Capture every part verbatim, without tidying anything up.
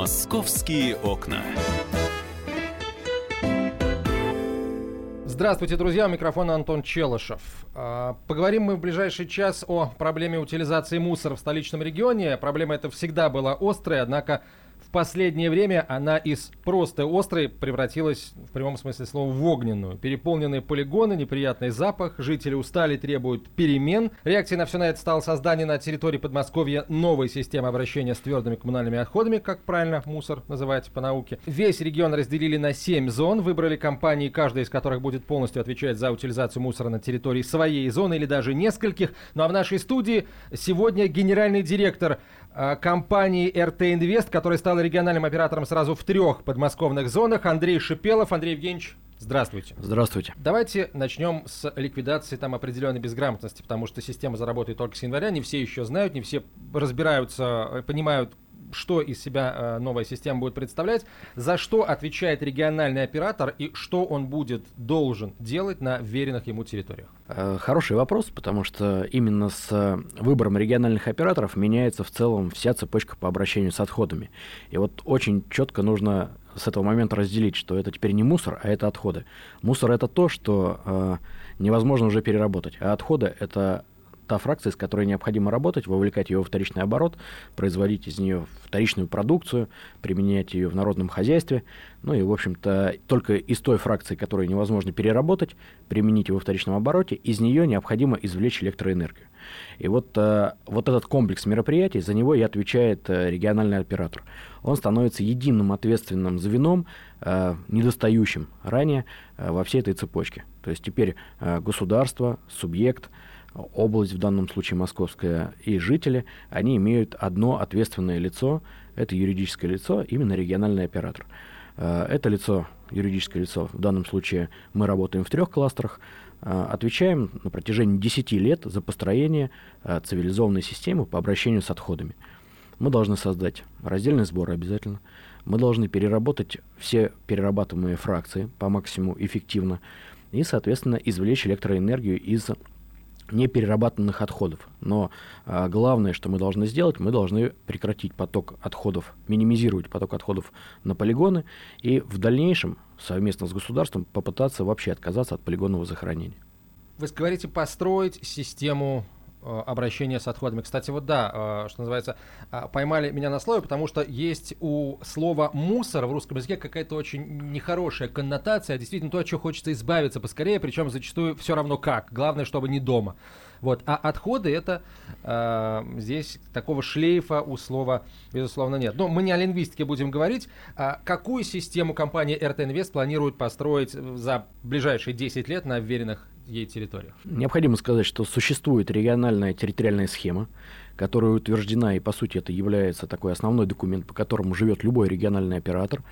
Московские окна. Здравствуйте, друзья, у микрофона Антон Челышев. Поговорим мы в ближайший час о проблеме утилизации мусора в столичном регионе. Проблема эта всегда была острой, однако в последнее время она из просто острой превратилась, в прямом смысле слова, в огненную. Переполненные полигоны, неприятный запах, жители устали, требуют перемен. Реакцией на все на это стало создание на территории Подмосковья новой системы обращения с твердыми коммунальными отходами, как правильно мусор называется по науке. Весь регион разделили на семь зон, выбрали компании, каждая из которых будет полностью отвечать за утилизацию мусора на территории своей зоны или даже нескольких. Ну а в нашей студии сегодня генеральный директор э, компании эр тэ Инвест, которая стала региональным оператором сразу в трех подмосковных зонах, Андрей Шипелов. Андрей Евгеньевич, здравствуйте. Здравствуйте. Давайте начнем с ликвидации там определенной безграмотности, потому что система заработает только с января, не все еще знают, не все разбираются, понимают, что из себя э, новая система будет представлять, за что отвечает региональный оператор и что он будет должен делать на вверенных ему территориях? Хороший вопрос, потому что именно с выбором региональных операторов меняется в целом вся цепочка по обращению с отходами. И вот очень четко нужно с этого момента разделить, что это теперь не мусор, а это отходы. Мусор — это то, что э, невозможно уже переработать, а отходы — это та фракция, с которой необходимо работать, вовлекать ее во вторичный оборот, производить из нее вторичную продукцию, применять ее в народном хозяйстве. Ну и, в общем-то, только из той фракции, которую невозможно переработать, применить ее во вторичном обороте, из нее необходимо извлечь электроэнергию. И вот, э, вот этот комплекс мероприятий, за него и отвечает э, региональный оператор. Он становится единым ответственным звеном, э, недостающим ранее э, во всей этой цепочке. То есть теперь э, государство, субъект, область, в данном случае московская, и жители, они имеют одно ответственное лицо, это юридическое лицо, именно региональный оператор. Это лицо, юридическое лицо, в данном случае мы работаем в трех кластерах, отвечаем на протяжении десяти лет за построение цивилизованной системы по обращению с отходами. Мы должны создать раздельный сбор обязательно, мы должны переработать все перерабатываемые фракции по максимуму эффективно и, соответственно, извлечь электроэнергию из неперерабатанных отходов. Но а, главное, что мы должны сделать, мы должны прекратить поток отходов, минимизировать поток отходов на полигоны и в дальнейшем совместно с государством попытаться вообще отказаться от полигонного захоронения. Вы говорите построить систему обращения с отходами. Кстати, вот да, что называется, поймали меня на слове, потому что есть у слова «мусор» в русском языке какая-то очень нехорошая коннотация, действительно то, от чего хочется избавиться поскорее, причем зачастую все равно как. Главное, чтобы не дома. Вот. А отходы — это э, здесь такого шлейфа у слова, безусловно, нет. Но мы не о лингвистике будем говорить. А какую систему компания эр тэ Инвест планирует построить за ближайшие десять лет на вверенных ей территориях? Необходимо сказать, что существует региональная территориальная схема, которая утверждена, и по сути это является такой основной документ, по которому живет любой региональный оператор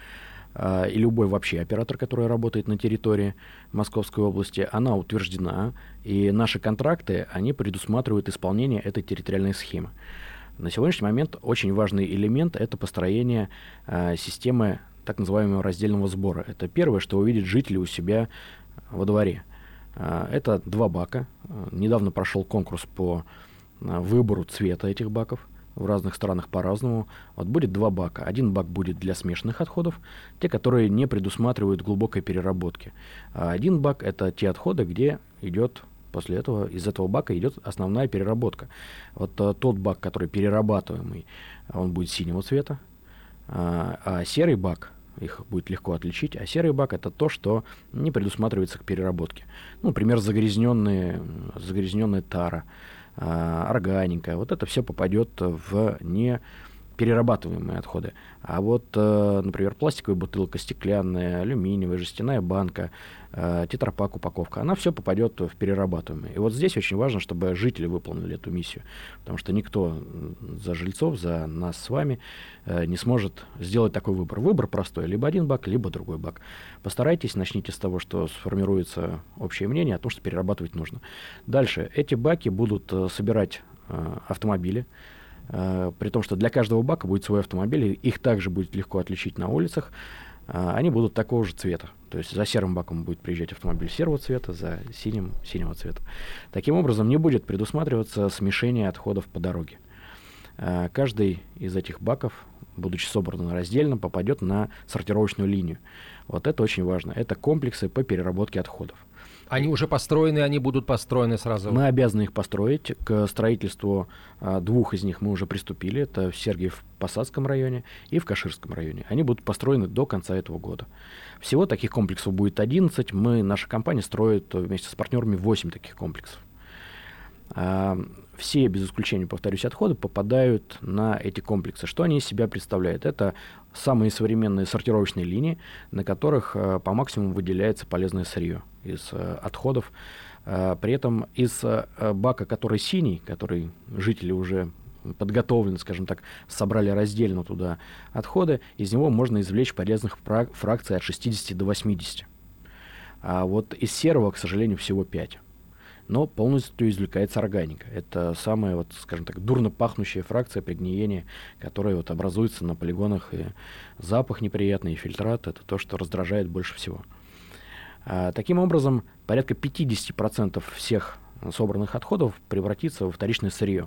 э, и любой вообще оператор, который работает на территории Московской области. Она утверждена, и наши контракты, они предусматривают исполнение этой территориальной схемы. На сегодняшний момент очень важный элемент – это построение э, системы так называемого раздельного сбора. Это первое, что увидят жители у себя во дворе. Это два бака. Недавно прошел конкурс по выбору цвета этих баков. В разных странах по-разному. Вот будет два бака. Один бак будет для смешанных отходов, те, которые не предусматривают глубокой переработки. А один бак — это те отходы, где идет после этого, из этого бака идет основная переработка. Вот а, тот бак, который перерабатываемый, он будет синего цвета, а, а серый бак, их будет легко отличить, а серый бак — это то, что не предусматривается к переработке. Ну, например, загрязненные, загрязненная тара, э, органика, вот это все попадет в неперерабатываемые отходы. А вот, э, например, пластиковая бутылка, стеклянная, алюминиевая, жестяная банка, э, тетрапак, упаковка, она все попадет в перерабатываемые. И вот здесь очень важно, чтобы жители выполнили эту миссию, потому что никто за жильцов, за нас с вами э, не сможет сделать такой выбор. Выбор простой, либо один бак, либо другой бак. Постарайтесь, начните с того, что сформируется общее мнение о том, что перерабатывать нужно. Дальше, эти баки будут э, собирать э, автомобили, при том, что для каждого бака будет свой автомобиль, их также будет легко отличить на улицах. Они будут такого же цвета. То есть за серым баком будет приезжать автомобиль серого цвета, за синим — синего цвета. Таким образом, не будет предусматриваться смешение отходов по дороге. каждый из этих баков, будучи собран раздельно, попадет на сортировочную линию. Вот это очень важно. Это комплексы по переработке отходов. Они уже построены, они будут построены сразу? Мы обязаны их построить. К строительству а, двух из них мы уже приступили. Это в Сергиев-Посадском районе и в Каширском районе. Они будут построены до конца этого года. Всего таких комплексов будет одиннадцать. Мы, наша компания строит вместе с партнерами восемь таких комплексов. А, все, без исключения, повторюсь, отходы попадают на эти комплексы. Что они из себя представляют? Это самые современные сортировочные линии, на которых а, по максимуму выделяется полезное сырье из а, отходов. А, при этом из а, бака, который синий, который жители уже подготовлены, скажем так, собрали раздельно туда отходы, из него можно извлечь полезных фрак- фракций от шестидесяти до восьмидесяти. А вот из серого, к сожалению, всего пять. Но полностью извлекается органика. Это самая, вот, скажем так, дурно пахнущая фракция при гниении, которая вот образуется на полигонах. И запах неприятный, и фильтрат — это то, что раздражает больше всего. А, таким образом, порядка пятьдесят процентов всех собранных отходов превратится во вторичное сырье.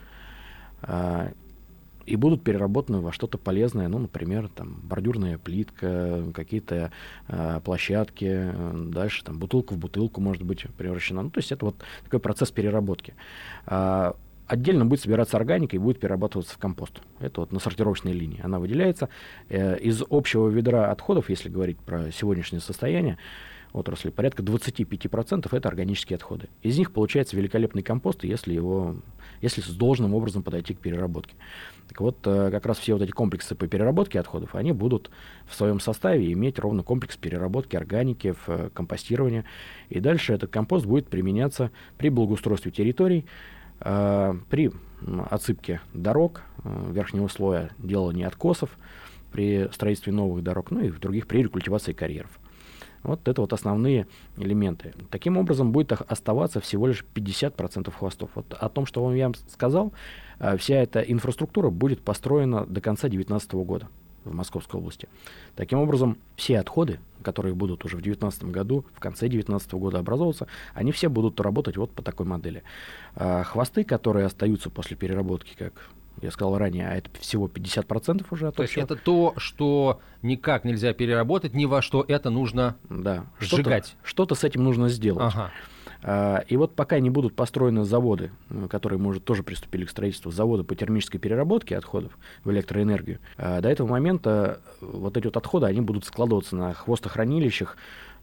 А, и будут переработаны во что-то полезное, ну, например, там, бордюрная плитка, какие-то э, площадки, э, дальше там бутылка в бутылку может быть превращена. Ну, то есть это вот такой процесс переработки. А, отдельно будет собираться органика и будет перерабатываться в компост. Это вот на сортировочной линии. Она выделяется э, из общего ведра отходов, если говорить про сегодняшнее состояние отрасли, порядка двадцать пять процентов это органические отходы. Из них получается великолепный компост, если его, если с должным образом подойти к переработке. Так вот, как раз все вот эти комплексы по переработке отходов, они будут в своем составе иметь ровно комплекс переработки органики, в компостировании. И дальше этот компост будет применяться при благоустройстве территорий, э, при отсыпке дорог, э, верхнего слоя, делании откосов, при строительстве новых дорог, ну и в других, при рекультивации карьеров. Вот это вот основные элементы. Таким образом, будет оставаться всего лишь пятьдесят процентов хвостов. Вот о том, что я вам сказал, вся эта инфраструктура будет построена до конца две тысячи девятнадцатого года в Московской области. Таким образом, все отходы, которые будут уже в две тысячи девятнадцатом году, в конце две тысячи девятнадцатого года образовываться, они все будут работать вот по такой модели. Хвосты, которые остаются после переработки, как я сказал ранее, а это всего пятьдесят процентов уже от То есть общего. это то, что никак нельзя переработать, ни во что это нужно да. сжигать. Что-то, что-то с этим нужно сделать. Ага. А, и вот пока не будут построены заводы, которые, может, тоже приступили к строительству, заводы по термической переработке отходов в электроэнергию, а, до этого момента вот эти вот отходы, они будут складываться на хвостохранилищах.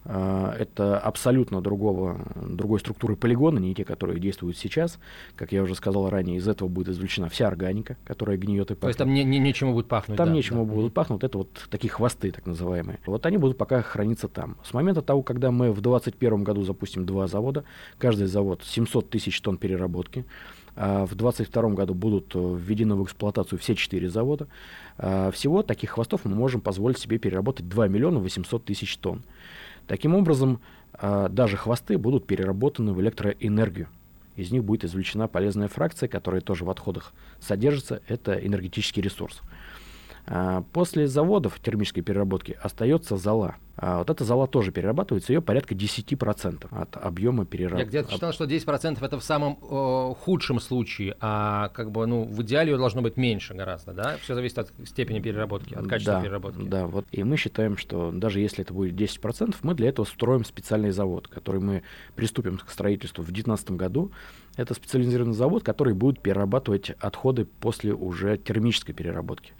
Это абсолютно другого, другой структуры полигона, не те, которые действуют сейчас. Как я уже сказал ранее, из этого будет извлечена вся органика, которая гниет и пахнет. То есть там не, не, нечему будет пахнуть? Там да, нечему да. будут пахнуть. Это вот такие хвосты, так называемые. Вот они будут пока храниться там. С момента того, когда мы в двадцать первом году запустим два завода, каждый завод семьсот тысяч тонн переработки, а в двадцать втором году будут введены в эксплуатацию все четыре завода. А всего таких хвостов мы можем позволить себе переработать два миллиона восемьсот тысяч тонн. Таким образом, даже хвосты будут переработаны в электроэнергию. Из них будет извлечена полезная фракция, которая тоже в отходах содержится. Это энергетический ресурс. После заводов термической переработки остается зола. А вот эта зола тоже перерабатывается, ее порядка десять процентов от объема переработки. Я где-то читал, что десять процентов это в самом э, худшем случае, а как бы, ну, в идеале ее должно быть меньше гораздо, да? Все зависит от степени переработки, от качества да, переработки. Да, вот. И мы считаем, что даже если это будет десять процентов, мы для этого строим специальный завод, который мы приступим к строительству в две тысячи девятнадцатом году. Это специализированный завод, который будет перерабатывать отходы после уже термической переработки.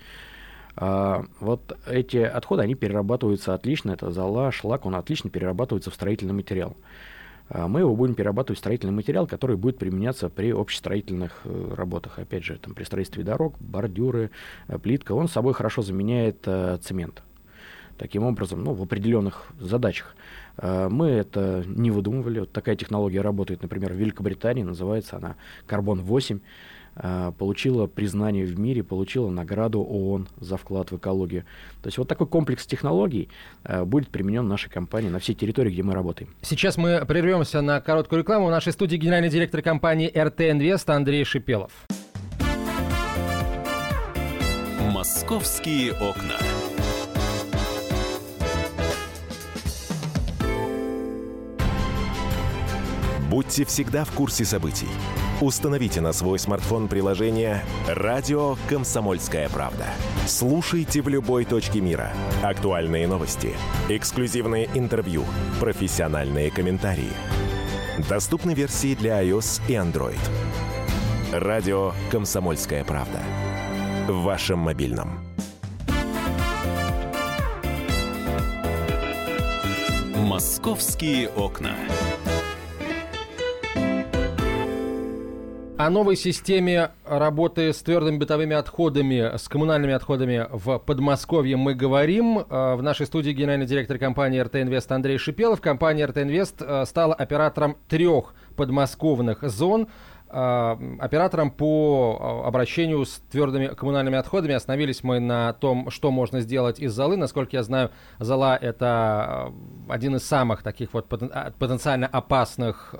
А, вот эти отходы, они перерабатываются отлично, это зола, шлак, он отлично перерабатывается в строительный материал. А мы его будем перерабатывать в строительный материал, который будет применяться при общестроительных э, работах. Опять же, там, при строительстве дорог, бордюры, э, плитка, он собой хорошо заменяет э, цемент. Таким образом, ну, в определенных задачах. Э, мы это не выдумывали. Вот такая технология работает, например, в Великобритании, называется она карбон восемь. Получила признание в мире, получила награду ООН за вклад в экологию. То есть вот такой комплекс технологий будет применен в нашей компании на всей территории, где мы работаем. Сейчас мы прервемся на короткую рекламу. В нашей студии генеральный директор компании эр тэ Инвест Андрей Шипелов. Московские окна. Будьте всегда в курсе событий. Установите на свой смартфон приложение «Радио Комсомольская правда». Слушайте в любой точке мира. Актуальные новости, эксклюзивные интервью, профессиональные комментарии. Доступны версии для iOS и Android. «Радио Комсомольская правда». В вашем мобильном. «Московские окна». О новой системе работы с твердыми бытовыми отходами, с коммунальными отходами в Подмосковье мы говорим. В нашей студии генеральный директор компании эр тэ Инвест Андрей Шипелов. Компания эр тэ Инвест стала оператором трех подмосковных зон. Оператором по обращению с твердыми коммунальными отходами. Остановились мы на том, что можно сделать из золы. Насколько я знаю, зола — это один из самых таких вот потенциально опасных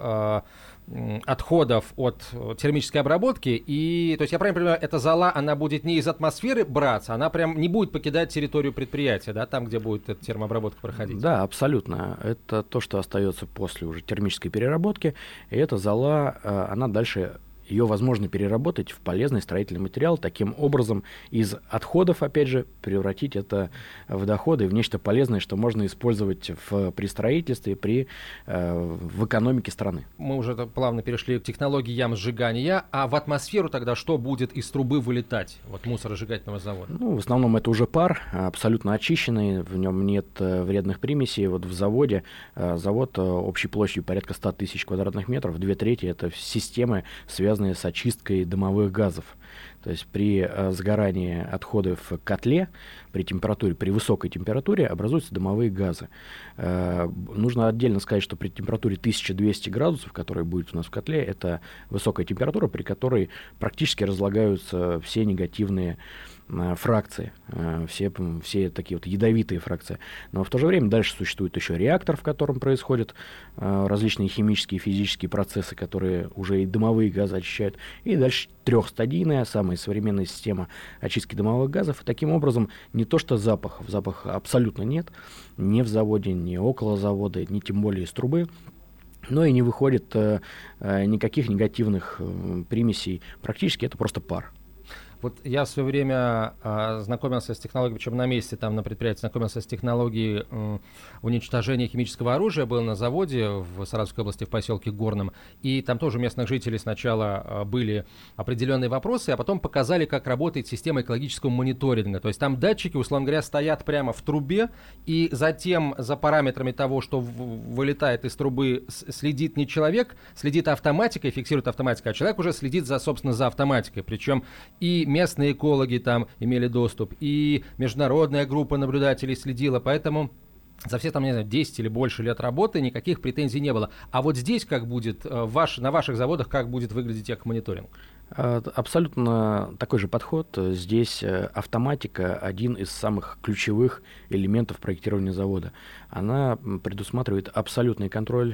отходов от термической обработки. И, то есть, я правильно понимаю, эта зола, она будет не из атмосферы браться, она прям не будет покидать территорию предприятия, да, там, где будет эта термообработка проходить? Да, абсолютно. Это то, что остается после уже термической переработки. И эта зола, она дальше... ее возможно переработать в полезный строительный материал, таким образом из отходов, опять же, превратить это в доходы, в нечто полезное, что можно использовать в, при строительстве, при, э, в экономике страны. Мы уже плавно перешли к технологиям сжигания, а в атмосферу тогда что будет из трубы вылетать, вот мусоросжигательного завода? Ну, в основном это уже пар, абсолютно очищенный, в нем нет э, вредных примесей. Вот в заводе, э, завод э, общей площадью порядка ста тысяч квадратных метров, две трети это системы, связанные с очисткой дымовых газов. То есть при э, сгорании отходов в котле, при температуре, при высокой температуре образуются дымовые газы. Э, нужно отдельно сказать, что при температуре тысяча двести градусов, которая будет у нас в котле, это высокая температура, при которой практически разлагаются все негативные э, фракции, э, все, все такие вот ядовитые фракции. Но в то же время дальше существует еще реактор, в котором происходят э, различные химические и физические процессы, которые уже и дымовые газы очищают. И дальше трехстадийная, самая современная система очистки дымовых газов. И таким образом не то что запахов, запаха абсолютно нет, ни в заводе, ни около завода, ни тем более из трубы. Но и не выходит э, э, никаких негативных э, примесей. Практически это просто пар. Вот я в свое время э, знакомился с технологией, причем на месте там на предприятии знакомился с технологией э, уничтожения химического оружия, был на заводе в Саратовской области, в поселке Горном, и там тоже у местных жителей сначала э, были определенные вопросы, а потом показали, как работает система экологического мониторинга. То есть там датчики, условно говоря, стоят прямо в трубе, и затем за параметрами того, что в- вылетает из трубы, с- следит не человек, следит автоматика, фиксирует автоматика, а человек уже следит, за, собственно, за автоматикой. Причем и местные экологи там имели доступ, и международная группа наблюдателей следила, поэтому за все там, не знаю, десять или больше лет работы никаких претензий не было. А вот здесь как будет, ваш, на ваших заводах, как будет выглядеть экомониторинг? Абсолютно такой же подход. Здесь автоматика один из самых ключевых элементов проектирования завода. Она предусматривает абсолютный контроль,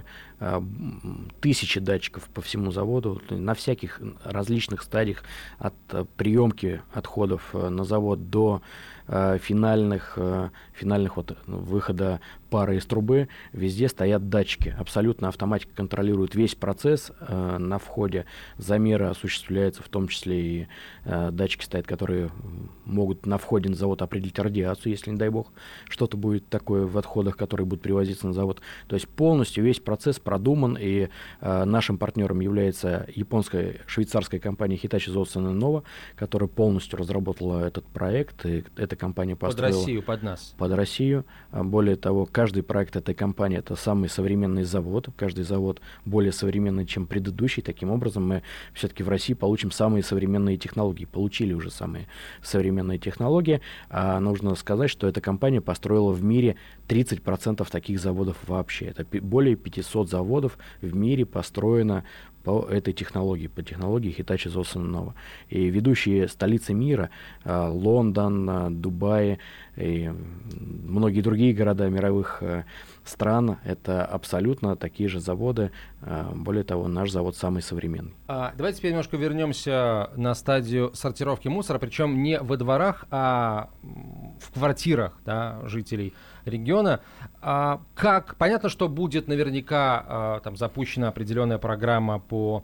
тысячи датчиков по всему заводу, на всяких различных стадиях от приемки отходов на завод до финальных, финальных вот выхода пары из трубы, везде стоят датчики. Абсолютно автоматика контролирует весь процесс э, на входе. Замеры осуществляются, в том числе и э, датчики стоят, которые могут на входе на завод определить радиацию, если, не дай бог, что-то будет такое в отходах, которые будут привозиться на завод. То есть полностью весь процесс продуман, и э, нашим партнером является японская, швейцарская компания Hitachi Zosen Nova, которая полностью разработала этот проект, и эта компания построила... Под Россию, под нас. Под Россию. Более того, каждый проект этой компании — это самый современный завод. Каждый завод более современный, чем предыдущий. Таким образом, мы все-таки в России получим самые современные технологии. Получили уже самые современные технологии. А нужно сказать, что эта компания построила в мире тридцать процентов таких заводов вообще. Это более пятисот заводов в мире построено по этой технологии, по технологии Hitachi Zosen Nova. И ведущие столицы мира, э, Лондон, э, Дубай и многие другие города мировых э, стран, это абсолютно такие же заводы. Э, более того, наш завод самый современный. А, давайте теперь немножко вернемся на стадию сортировки мусора, причем не во дворах, а в квартирах, да, жителей. региона. А как? Понятно, что будет наверняка а, там запущена определенная программа по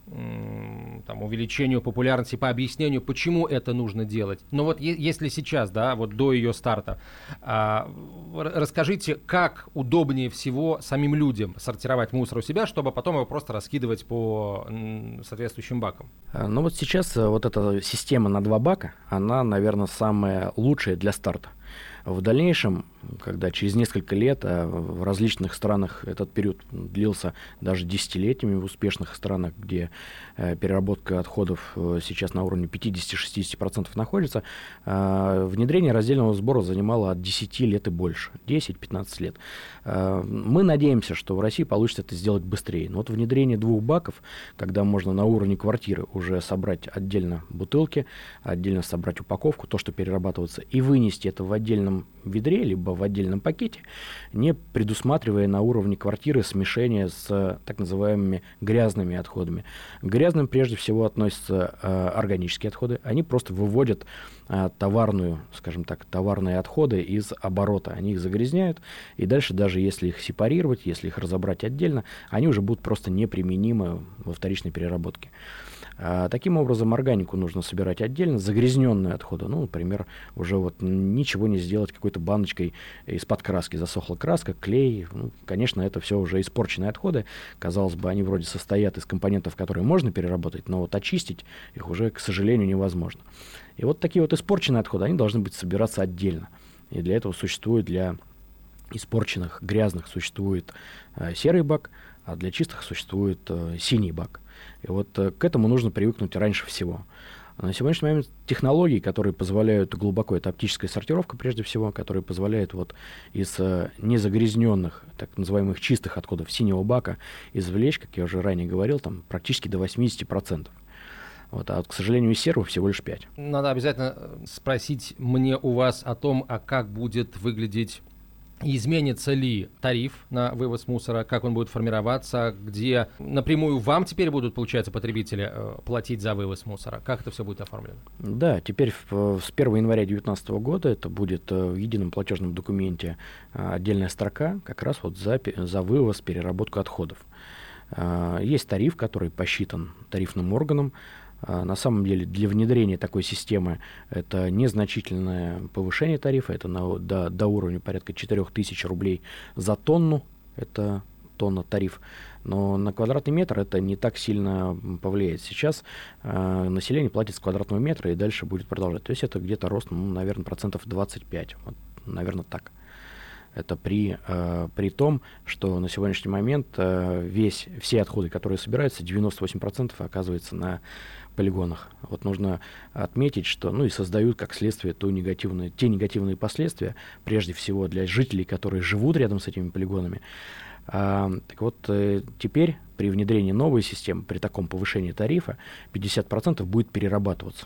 м, там, увеличению популярности, по объяснению, почему это нужно делать. Но вот е- если сейчас, да, вот до ее старта, а, расскажите, как удобнее всего самим людям сортировать мусор у себя, чтобы потом его просто раскидывать по м, соответствующим бакам? Ну вот сейчас вот эта система на два бака, она, наверное, самая лучшая для старта. В дальнейшем, когда через несколько лет, а в различных странах этот период длился даже десятилетиями, в успешных странах, где э, переработка отходов э, сейчас на уровне пятьдесят-шестьдесят процентов находится, э, внедрение раздельного сбора занимало от десяти лет и больше, десять-пятнадцать лет. Э, мы надеемся, что в России получится это сделать быстрее. Но вот внедрение двух баков, когда можно на уровне квартиры уже собрать отдельно бутылки, отдельно собрать упаковку, то, что перерабатывается, и вынести это в отдельном ведре, либо в отдельном пакете, не предусматривая на уровне квартиры смешение с так называемыми грязными отходами. К грязным прежде всего относятся э, органические отходы. Они просто выводят э, товарную, скажем так, товарные отходы из оборота. Они их загрязняют, и дальше даже если их сепарировать, если их разобрать отдельно, они уже будут просто неприменимы во вторичной переработке. А, таким образом, органику нужно собирать отдельно, загрязненные отходы. Ну, например, уже вот ничего не сделать какой-то баночкой из-под краски. Засохла краска, клей. Ну, конечно, это все уже испорченные отходы. Казалось бы, они вроде состоят из компонентов, которые можно переработать, но вот очистить их уже, к сожалению, невозможно. И вот такие вот испорченные отходы, они должны быть собираться отдельно. И для этого существует, для испорченных, грязных существует э, серый бак, а для чистых существует э, синий бак. И вот э, к этому нужно привыкнуть раньше всего. На сегодняшний момент технологии, которые позволяют глубоко, это оптическая сортировка прежде всего, которая позволяет вот из э, незагрязненных, так называемых чистых отходов синего бака извлечь, как я уже ранее говорил, там практически до восемьдесят процентов. Вот, а вот, к сожалению, из серого всего лишь пять процентов. Надо обязательно спросить мне у вас о том, а как будет выглядеть, изменится ли тариф на вывоз мусора, как он будет формироваться, где напрямую вам теперь будут, получается, потребители э, платить за вывоз мусора, как это все будет оформлено? Да, теперь в, с первого января две тысячи девятнадцатого года это будет э, в едином платежном документе э, отдельная строка как раз вот за, за вывоз, переработку отходов. Э, есть тариф, который посчитан тарифным органом. На самом деле для внедрения такой системы это незначительное повышение тарифа, это на, до, до уровня порядка четыре тысячи рублей за тонну, это тонна тариф, но на квадратный метр это не так сильно повлияет. Сейчас э, население платит с квадратного метра и дальше будет продолжать, то есть это где-то рост, ну, наверное, процентов двадцать пять, вот, наверное, так. Это при, э, при том, что на сегодняшний момент э, весь, все отходы, которые собираются, девяносто восемь процентов оказывается на полигонах. Вот нужно отметить, что, ну и создают как следствие ту негативную, те негативные последствия, прежде всего для жителей, которые живут рядом с этими полигонами. А, так вот, э, теперь при внедрении новой системы, при таком повышении тарифа, пятьдесят процентов будет перерабатываться.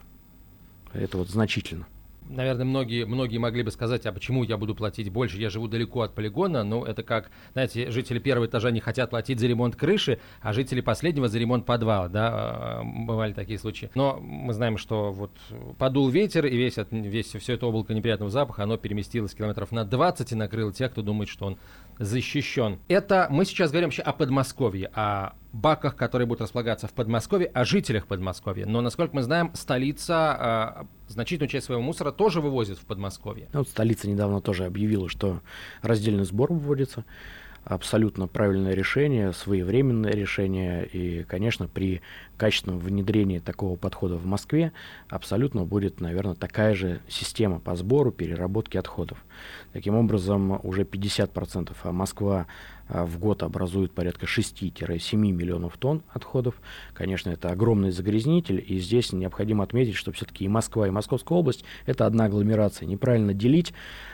Это вот значительно. Наверное, многие, многие могли бы сказать, а почему я буду платить больше, я живу далеко от полигона, но это как, знаете, жители первого этажа не хотят платить за ремонт крыши, а жители последнего за ремонт подвала, да, бывали такие случаи. Но мы знаем, что вот подул ветер, и весь, весь, все это облако неприятного запаха, оно переместилось километров на двадцать и накрыло тех, кто думает, что он защищен. Это мы сейчас говорим вообще о Подмосковье, о баках, которые будут располагаться в Подмосковье, о жителях Подмосковья. Но, насколько мы знаем, столица э, значительную часть своего мусора тоже вывозит в Подмосковье. Вот столица недавно тоже объявила, что раздельный сбор вводится. Абсолютно правильное решение, своевременное решение. И, конечно, при качественном внедрении такого подхода в Москве абсолютно будет, наверное, такая же система по сбору, переработке отходов. Таким образом, уже пятьдесят процентов, а Москва в год образует порядка шесть-семь миллионов тонн отходов. Конечно, это огромный загрязнитель, и здесь необходимо отметить, что все-таки и Москва, и Московская область — это одна агломерация. Неправильно делить,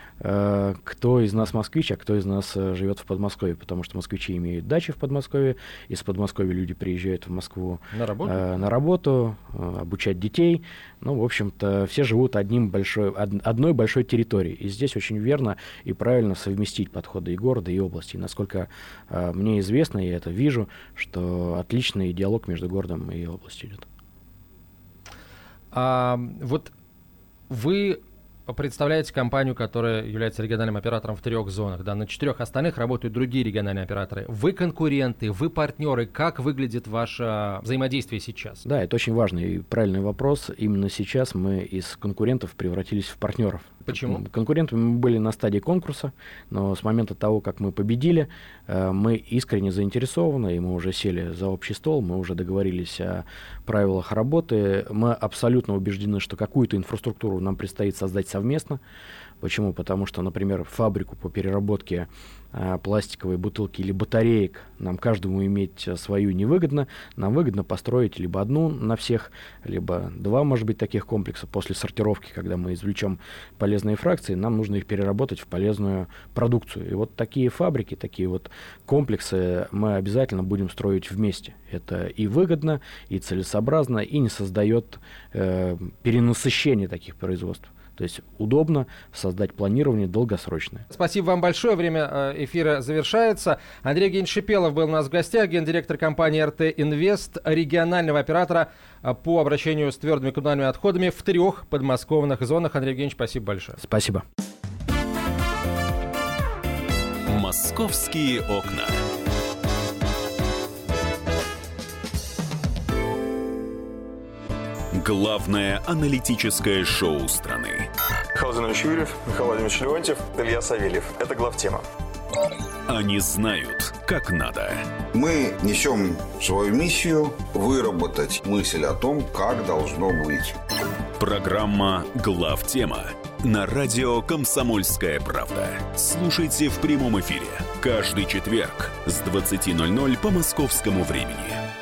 э, кто из нас москвич, а кто из нас э, живет в Подмосковье, потому что москвичи имеют дачи в Подмосковье, из Подмосковья люди приезжают в Москву на работу, э, на работу э, обучать детей. Ну, в общем-то, все живут одним большой, од, одной большой территорией. И здесь очень верно и правильно совместить подходы и города, и области. И насколько э, мне известно, я это вижу, что отличный диалог между городом и областью идет. А, вот вы представляете компанию, которая является региональным оператором в трех зонах. Да? На четырех остальных работают другие региональные операторы. Вы конкуренты, вы партнеры. Как выглядит ваше взаимодействие сейчас? Да, это очень важный и правильный вопрос. Именно сейчас мы из конкурентов превратились в партнеров. Почему? Конкурентами мы были на стадии конкурса, но с момента того, как мы победили, мы искренне заинтересованы, и мы уже сели за общий стол, мы уже договорились о правилах работы. Мы абсолютно убеждены, что какую-то инфраструктуру нам предстоит создать совместно. Почему? Потому что, например, фабрику по переработке а, пластиковой бутылки или батареек нам каждому иметь свою невыгодно. Нам выгодно построить либо одну на всех, либо два, может быть, таких комплекса после сортировки, когда мы извлечем полезные фракции, нам нужно их переработать в полезную продукцию. И вот такие фабрики, такие вот комплексы мы обязательно будем строить вместе. Это и выгодно, и целесообразно, и не создает э, перенасыщения таких производств. То есть удобно создать планирование долгосрочное. Спасибо вам большое. Время эфира завершается. Андрей Евгеньевич Шипелов был у нас в гостях, гендиректор компании эр тэ Инвест, регионального оператора по обращению с твердыми коммунальными отходами в трех подмосковных зонах. Андрей Евгеньевич, спасибо большое. Спасибо. «Московские окна». Главное аналитическое шоу страны. Михаил Владимирович Юрьев, Михаил Владимирович Леонтьев, Илья Савельев. Это главтема. Они знают, как надо. Мы несем свою миссию выработать мысль о том, как должно быть. Программа «Главтема» на радио «Комсомольская правда». Слушайте в прямом эфире каждый четверг с двадцати ноль-ноль по московскому времени.